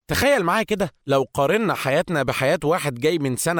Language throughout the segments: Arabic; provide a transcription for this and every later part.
تخيل معايا كده لو قارنا حياتنا بحياة واحد جاي من سنة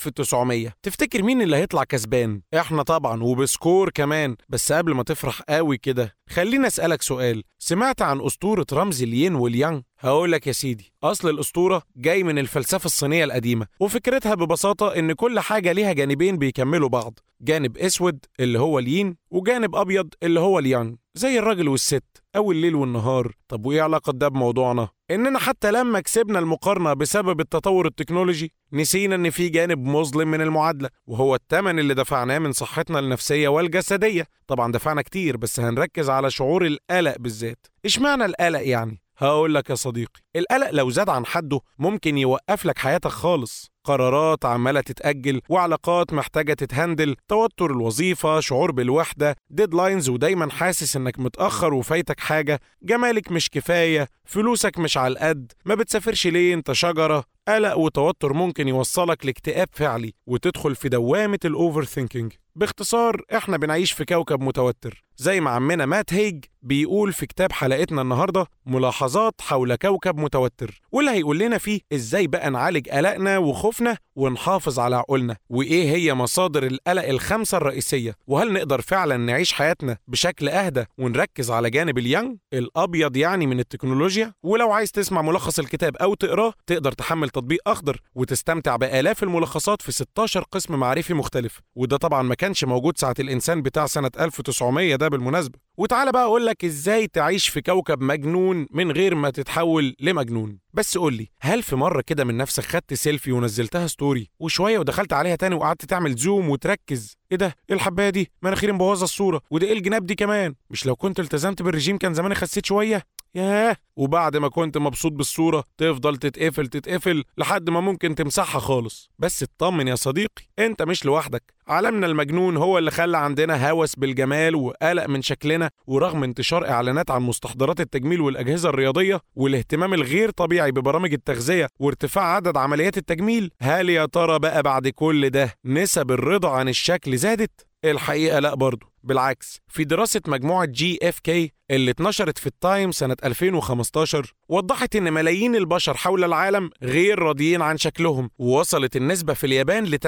1900، تفتكر مين اللي هيطلع كسبان؟ احنا طبعا، وبسكور كمان. بس قبل ما تفرح قوي كده خليني أسألك سؤال. سمعت عن أسطورة رمز الين واليانج؟ هقولك يا سيدي، أصل الأسطورة جاي من الفلسفة الصينية القديمة، وفكرتها ببساطة إن كل حاجة ليها جانبين بيكملوا بعض، جانب أسود اللي هو الين وجانب أبيض اللي هو اليانج، زي الراجل والست أو الليل والنهار. طب وإيه علاقة ده بموضوعنا؟ إننا حتى لما كسبنا المقارنة بسبب التطور التكنولوجي نسينا إن في جانب مظلم من المعادلة، وهو الثمن اللي دفعناه من صحتنا النفسية والجسدية. طبعا دفعنا كتير، بس هنركز على شعور القلق بالذات. إشمعنى القلق يعني؟ هقول لك يا صديقي، القلق لو زاد عن حده ممكن يوقف لك حياتك خالص. قرارات عمالة تتأجل، وعلاقات محتاجة تتهندل، توتر الوظيفة، شعور بالوحدة، ديدلاينز ودايما حاسس انك متأخر وفايتك حاجة، جمالك مش كفاية، فلوسك مش على القد، ما بتسافرش ليه انت شجرة. قلق وتوتر ممكن يوصلك لاكتئاب فعلي وتدخل في دوامة الأوفر ثينكينج. باختصار احنا بنعيش في كوكب متوتر، زي ما عمنا مات هيج بيقول في كتاب حلقتنا النهاردة، ملاحظات حول كوكب متوتر، واللي هيقول لنا فيه ازاي بقى نعالج قلقنا وخوفنا ونحافظ على عقولنا، وايه هي مصادر القلق الخمسة الرئيسية، وهل نقدر فعلا نعيش حياتنا بشكل اهدى ونركز على جانب اليانج الابيض يعني من التكنولوجيا. ولو عايز تسمع ملخص الكتاب او تقراه تقدر تحمل تطبيق اخضر وتستمتع بآلاف الملخصات في 16 قسم معرفي مختلف، وده طبعا ما كانش موجود ساعة الإنسان بتاع سنة 1900 ده بالمناسبة. وتعالى بقى أقولك إزاي تعيش في كوكب مجنون من غير ما تتحول لمجنون. بس قولي، هل في مرة كده من نفسك خدت سيلفي ونزلتها ستوري وشوية ودخلت عليها تاني وقعدت تعمل زوم وتركز؟ إيه ده؟ إيه الحباية دي؟ مناخيري مبوظة الصورة، وده إيه الجناب دي كمان؟ مش لو كنت التزمت بالرجيم كان زماني خسيت شوية؟ ياه. وبعد ما كنت مبسوط بالصورة تفضل تتقفل لحد ما ممكن تمسحها خالص. بس اطمن يا صديقي، انت مش لوحدك. عالمنا المجنون هو اللي خلى عندنا هوس بالجمال وقلق من شكلنا، ورغم انتشار اعلانات عن مستحضرات التجميل والاجهزة الرياضية والاهتمام الغير طبيعي ببرامج التغذية وارتفاع عدد عمليات التجميل، هل يا ترى بقى بعد كل ده نسب الرضا عن الشكل زادت؟ الحقيقة لا برضو، بالعكس. في دراسة مجموعة GFK اللي اتنشرت في التايم سنة 2015 وضحت إن ملايين البشر حول العالم غير راضيين عن شكلهم، ووصلت النسبة في اليابان ل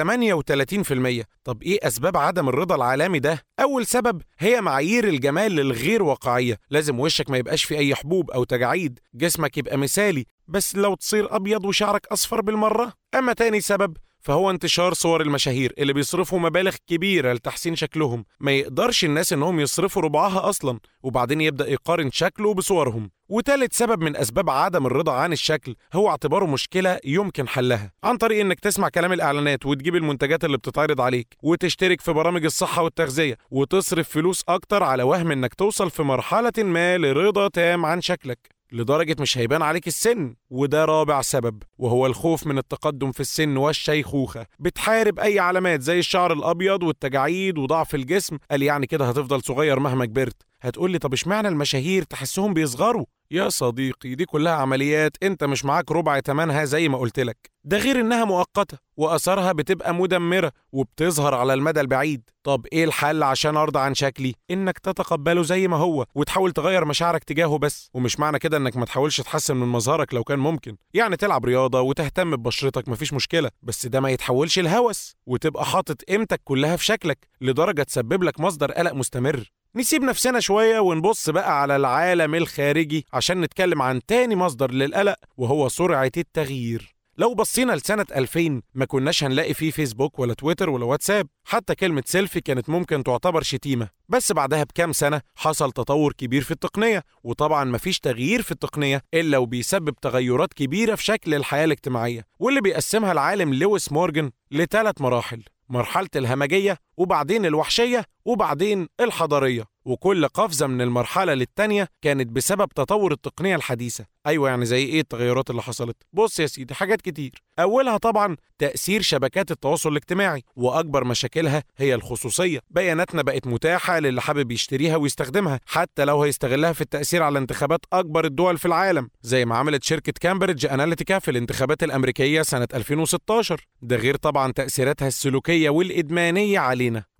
38%. طب إيه أسباب عدم الرضا العالمي ده؟ أول سبب هي معايير الجمال الغير واقعية. لازم وشك ما يبقاش فيه أي حبوب أو تجاعيد، جسمك يبقى مثالي بس لو تصير أبيض وشعرك أصفر بالمرة. أما تاني سبب فهو انتشار صور المشاهير اللي بيصرفوا مبالغ كبيرة لتحسين شكلهم، ما يقدرش الناس انهم يصرفوا ربعها اصلا، وبعدين يبدأ يقارن شكله بصورهم. وتالت سبب من اسباب عدم الرضا عن الشكل هو اعتباره مشكلة يمكن حلها عن طريق انك تسمع كلام الاعلانات وتجيب المنتجات اللي بتتعرض عليك وتشترك في برامج الصحة والتغذية وتصرف فلوس اكتر على وهم انك توصل في مرحلة ما لرضا تام عن شكلك لدرجة مش هيبان عليك السن. وده رابع سبب، وهو الخوف من التقدم في السن والشيخوخة. بتحارب أي علامات زي الشعر الأبيض والتجاعيد وضعف الجسم، قال يعني كده هتفضل صغير مهما كبرت. هتقولي طب اشمعنى المشاهير تحسهم بيصغروا؟ يا صديقي دي كلها عمليات انت مش معاك ربع تمنها زي ما قلتلك، ده غير انها مؤقتة وأثرها بتبقى مدمرة وبتظهر على المدى البعيد. طب ايه الحل عشان ارضى عن شكلي؟ انك تتقبله زي ما هو وتحاول تغير مشاعرك تجاهه بس. ومش معنى كده انك ما تحاولش تحسن من مظهرك لو كان ممكن، يعني تلعب رياضة وتهتم ببشرتك مفيش مشكلة، بس ده ما يتحولش لهوس وتبقى حاطط قيمتك كلها في شكلك لدرجة تسبب لك مصدر قلق مستمر. نسيب نفسنا شوية ونبص بقى على العالم الخارجي عشان نتكلم عن تاني مصدر للقلق، وهو سرعة التغيير. لو بصينا لسنة 2000 ما كناش هنلاقي فيه فيسبوك ولا تويتر ولا واتساب، حتى كلمة سيلفي كانت ممكن تعتبر شتيمة. بس بعدها بكام سنة حصل تطور كبير في التقنية، وطبعا مفيش تغيير في التقنية إلا وبيسبب تغيرات كبيرة في شكل الحياة الاجتماعية، واللي بيقسمها العالم لويس مورجان لثلاث مراحل: مرحلة الهمجية، وبعدين الوحشية، وبعدين الحضارية. وكل قفزة من المرحلة للتانية كانت بسبب تطور التقنية الحديثة. أيوة، يعني زي إيه التغيرات اللي حصلت؟ بص يا سيدي، حاجات كتير. أولها طبعا تأثير شبكات التواصل الاجتماعي، وأكبر مشاكلها هي الخصوصية. بياناتنا بقت متاحة للي حابب يشتريها ويستخدمها، حتى لو هيستغلها في التأثير على انتخابات أكبر الدول في العالم، زي ما عملت شركة كامبريدج أناليتيكا في الانتخابات الأمريكية سنة 2016. ده غير طبعا تأثيراتها السلوكية والإدمانية علينا.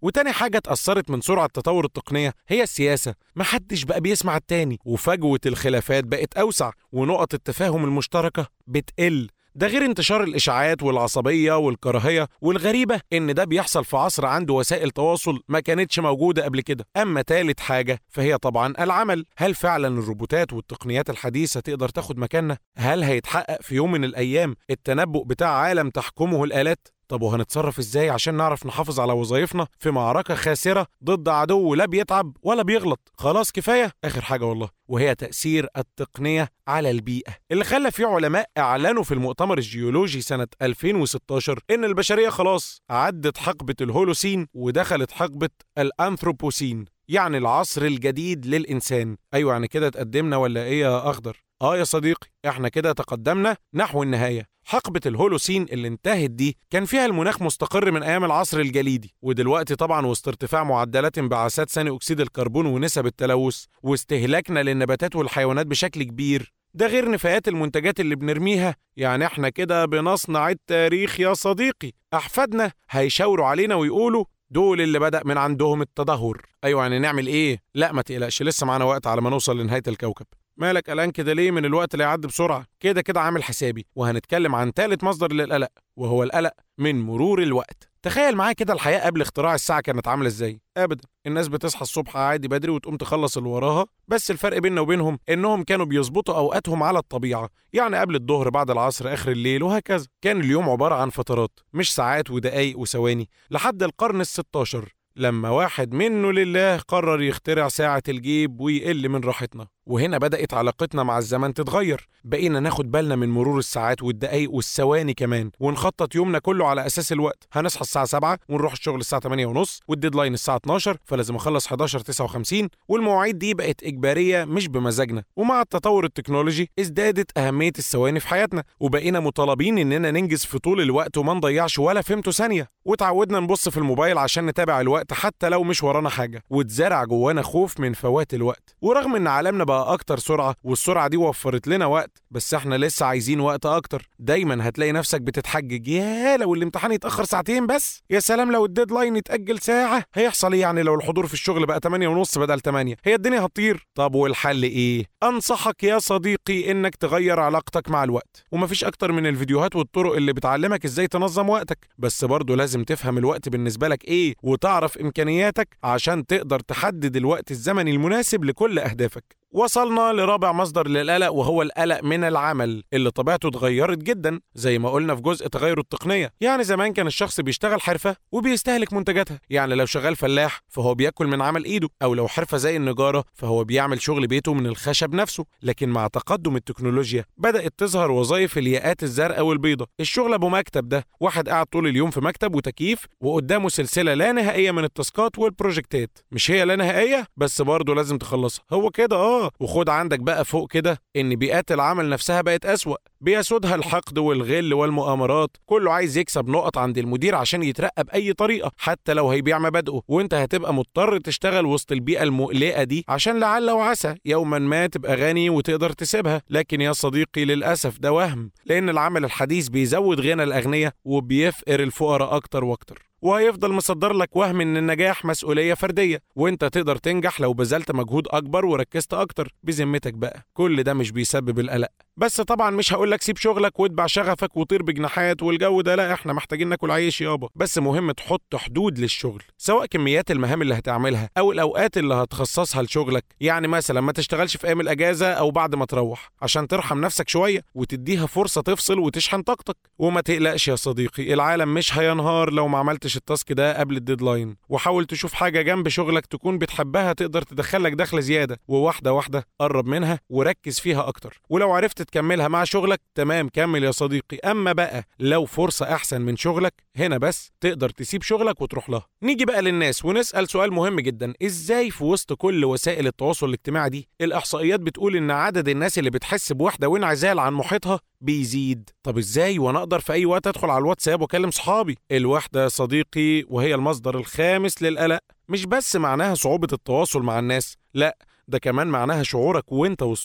وتاني حاجة اتأثرت من سرعة تطور التقنية هي السياسة. محدش بقى بيسمع التاني، وفجوة الخلافات بقت أوسع، ونقط التفاهم المشتركة بتقل. ده غير انتشار الإشاعات والعصبية والكراهية، والغريبة إن ده بيحصل في عصر عنده وسائل تواصل ما كانتش موجودة قبل كده. أما تالت حاجة فهي طبعا العمل. هل فعلا الروبوتات والتقنيات الحديثة تقدر تاخد مكاننا؟ هل هيتحقق في يوم من الأيام التنبؤ بتاع عالم تحكمه الآلات؟ طب وهنتصرف ازاي عشان نعرف نحافظ على وظائفنا في معركة خاسرة ضد عدو لا بيتعب ولا بيغلط؟ خلاص كفاية. آخر حاجة والله، وهي تأثير التقنية على البيئة، اللي خلى فيه علماء اعلنوا في المؤتمر الجيولوجي سنة 2016 ان البشرية خلاص عدت حقبة الهولوسين ودخلت حقبة الأنثروبوسين، يعني العصر الجديد للإنسان. أيوة، يعني كده تقدمنا ولا إيه يا أخضر؟ يا صديقي، احنا كده تقدمنا نحو النهاية. حقبة الهولوسين اللي انتهت دي كان فيها المناخ مستقر من أيام العصر الجليدي، ودلوقتي طبعا وسط ارتفاع معدلات انبعاثات ثاني أكسيد الكربون ونسب التلوث واستهلاكنا للنباتات والحيوانات بشكل كبير، ده غير نفايات المنتجات اللي بنرميها. يعني احنا كده بنصنع التاريخ يا صديقي. أحفادنا هيشاوروا علينا ويقولوا دول اللي بدأ من عندهم التدهور. أيوة، يعني نعمل إيه؟ لا ما تقلقش، لسه معنا وقت على ما نوصل لنهاية الكوكب. مالك قلقان كده ليه؟ من الوقت اللي يعدي بسرعة كده عامل حسابي. وهنتكلم عن ثالث مصدر للقلق، وهو القلق من مرور الوقت. تخيل معايا كده الحياة قبل اختراع الساعة كانت عاملة ازاي؟ أبدا، الناس بتصحى الصبح عادي بدري وتقوم تخلص اللي وراها، بس الفرق بيننا وبينهم إنهم كانوا بيظبطوا أوقاتهم على الطبيعة، يعني قبل الظهر، بعد العصر، آخر الليل، وهكذا. كان اليوم عبارة عن فترات مش ساعات ودقايق وثواني، لحد القرن ال16 لما واحد منه لله قرر يخترع ساعة الجيب ويقل من راحتنا. وهنا بدأت علاقتنا مع الزمن تتغير، بقينا ناخد بالنا من مرور الساعات والدقايق والثواني كمان، ونخطط يومنا كله على أساس الوقت. هنصحى الساعة 7 ونروح الشغل الساعة 8:30، والديدلاين الساعة 12، فلازم أخلص 11:59. والمواعيد دي بقت إجبارية مش بمزاجنا. ومع التطور التكنولوجي ازدادت أهمية الثواني في حياتنا، وبقينا مطالبين إننا ننجز في طول الوقت وما نضيعش ولا فهمته ثانية. وتعودنا نبص في الموبايل عشان نتابع الوقت حتى لو مش ورانا حاجة، واتزرع جوانا خوف من فوات الوقت. ورغم إن عالمنا بقى أكتر سرعة، والسرعة دي وفرت لنا وقت، بس احنا لسه عايزين وقت أكتر. دايما هتلاقي نفسك بتتحجج، يا لو الامتحان يتأخر ساعتين بس، يا سلام لو الديدلاين يتأجل ساعة، هيحصل ايه يعني لو الحضور في الشغل بقى 8:30 بدل 8؟ هي الدنيا هتطير. طب والحل ايه؟ أنصحك يا صديقي إنك تغير علاقتك مع الوقت، ومفيش أكتر من الفيديوهات والطرق اللي بتعلمك إزاي تنظم وقتك. بس برضو لازم تفهم الوقت بالنسبة لك إيه، وتعرف إمكانياتك عشان تقدر تحدد الوقت الزمني المناسب لكل أهدافك. وصلنا لرابع مصدر للقلق، وهو القلق من العمل، اللي طبيعته اتغيرت جدا زي ما قلنا في جزء تغير التقنية. يعني زمان كان الشخص بيشتغل حرفة وبيستهلك منتجاتها، يعني لو شغال فلاح فهو بياكل من عمل ايده، او لو حرفة زي النجارة فهو بيعمل شغل بيته من الخشب نفسه. لكن مع تقدم التكنولوجيا بدأت تظهر وظائف الياقات الزرقاء والبيضاء، الشغل ابو مكتب ده، واحد قاعد طول اليوم في مكتب وتكييف وقدامه سلسلة لا نهائية من التاسكات والبروجكتات. مش هي لا نهائية بس برضه لازم تخلصها، هو كده وخد عندك بقى فوق كده ان بيئات العمل نفسها بقت أسوأ، بيسودها الحقد والغل والمؤامرات. كله عايز يكسب نقط عند المدير عشان يترقى بأي طريقة، حتى لو هيبيع مبادئه، وانت هتبقى مضطر تشتغل وسط البيئة المقلقة دي عشان لعل وعسى يوما ما تبقى غني وتقدر تسيبها. لكن يا صديقي للأسف ده وهم، لأن العمل الحديث بيزود غنى الأغنياء وبيفقر الفقراء أكتر وأكتر، وهيفضل مصدر لك وهم ان النجاح مسؤولية فردية، وانت تقدر تنجح لو بذلت مجهود اكبر وركزت اكتر. بذمتك بقى كل ده مش بيسبب القلق؟ بس طبعا مش هقولك سيب شغلك واتبع شغفك وطير بجناحات والجو ده، لا، احنا محتاجين ناكل عيش يابا. بس مهم تحط حدود للشغل، سواء كميات المهام اللي هتعملها او الاوقات اللي هتخصصها لشغلك. يعني مثلا ما تشتغلش في ايام الاجازة او بعد ما تروح، عشان ترحم نفسك شوية وتديها فرصة تفصل وتشحن طاقتك. وما تقلقش يا صديقي، العالم مش هينهار لو ما عملتش التاسك ده قبل الديدلاين. وحاول تشوف حاجة جنب شغلك تكون بتحبها تقدر تدخلك دخل زيادة، وواحدة واحدة قرب منها وركز فيها اكتر. ولو عرفت تكملها مع شغلك تمام، كمل يا صديقي. اما بقى لو فرصة احسن من شغلك، هنا بس تقدر تسيب شغلك وتروح لها. نيجي بقى للناس ونسأل سؤال مهم جدا، ازاي في وسط كل وسائل التواصل الاجتماعي دي الاحصائيات بتقول ان عدد الناس اللي بتحس بوحدة وانعزال عن محيطها بيزيد؟ طب ازاي وانا اقدر في اي وقت ادخل على الواتساب واكلم صحابي؟ الوحدة يا صديقي، وهي المصدر الخامس للقلق، مش بس معناها صعوبة التواصل مع الناس، لا، ده كمان معناها شعورك وانت وسطهم.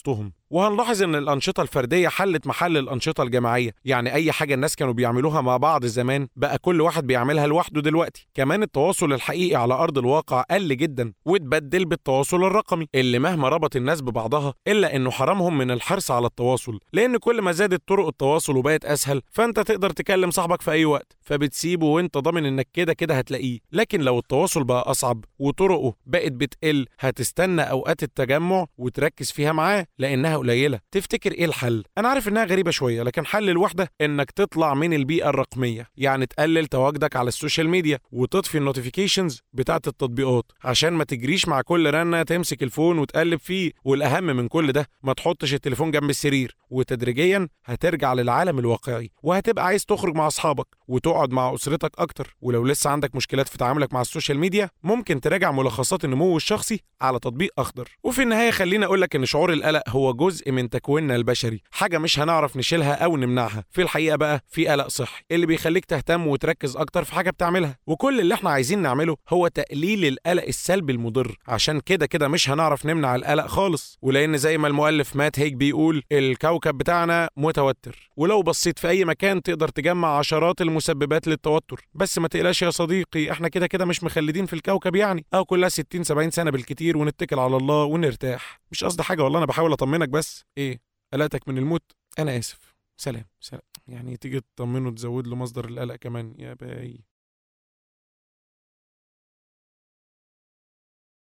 وهنلاحظ إن الأنشطة الفردية حلت محل الأنشطة الجماعية، يعني أي حاجة الناس كانوا بيعملوها مع بعض زمان بقى كل واحد بيعملها لوحده دلوقتي. كمان التواصل الحقيقي على أرض الواقع قل جدا واتبدل بالتواصل الرقمي اللي مهما ربط الناس ببعضها إلا إنه حرمهم من الحرص على التواصل، لأن كل ما زادت طرق التواصل وبقت أسهل فأنت تقدر تكلم صاحبك في أي وقت فبتسيبه وأنت ضامن إنك كده كده هتلاقيه. لكن لو التواصل بقى أصعب وطرقه بقت بتقل هتستنى أوقات التجمع وتركز فيها معاه لأنها قليلة. تفتكر إيه الحل؟ أنا عارف إنها غريبة شوية، لكن حل الوحدة إنك تطلع من البيئة الرقمية، يعني تقلل تواجدك على السوشيال ميديا وتطفي النوتيفيكيشنز بتاعت التطبيقات عشان ما تجريش مع كل رنة تمسك الفون وتقلب فيه. والأهم من كل ده ما تحطش التليفون جنب السرير، وتدريجيا هترجع للعالم الواقعي وهتبقى عايز تخرج مع أصحابك وتقعد مع أسرتك أكتر. ولو لسه عندك مشكلات في تعاملك مع السوشيال ميديا ممكن تراجع ملخصات النمو الشخصي على تطبيق أخضر. وفي النهاية خليني أقولك إن شعور القلق هو جزء من تكويننا البشري، حاجة مش هنعرف نشيلها أو نمنعها. في الحقيقة بقى في قلق صحي اللي بيخليك تهتم وتركز أكتر في حاجة بتعملها، وكل اللي احنا عايزين نعمله هو تقليل القلق السلبي المضر، عشان كده كده مش هنعرف نمنع القلق خالص. ولأن زي ما المؤلف مات هيك بيقول الكوكب بتاعنا متوتر، ولو بصيت في أي مكان تقدر تجمع عشرات المسببات للتوتر. بس ما تقلقش يا صديقي، احنا كده كده مش مخلدين في الكوكب يعني، أو كلها 60-70 سنة بالكتير ونتكل على الله ونرتاح. مش قصدي حاجة والله، أنا بحاول أطمنك بس. إيه قلقتك من الموت؟ أنا آسف. سلام. يعني تيجي تطمنه تزود له مصدر القلق كمان يا باي.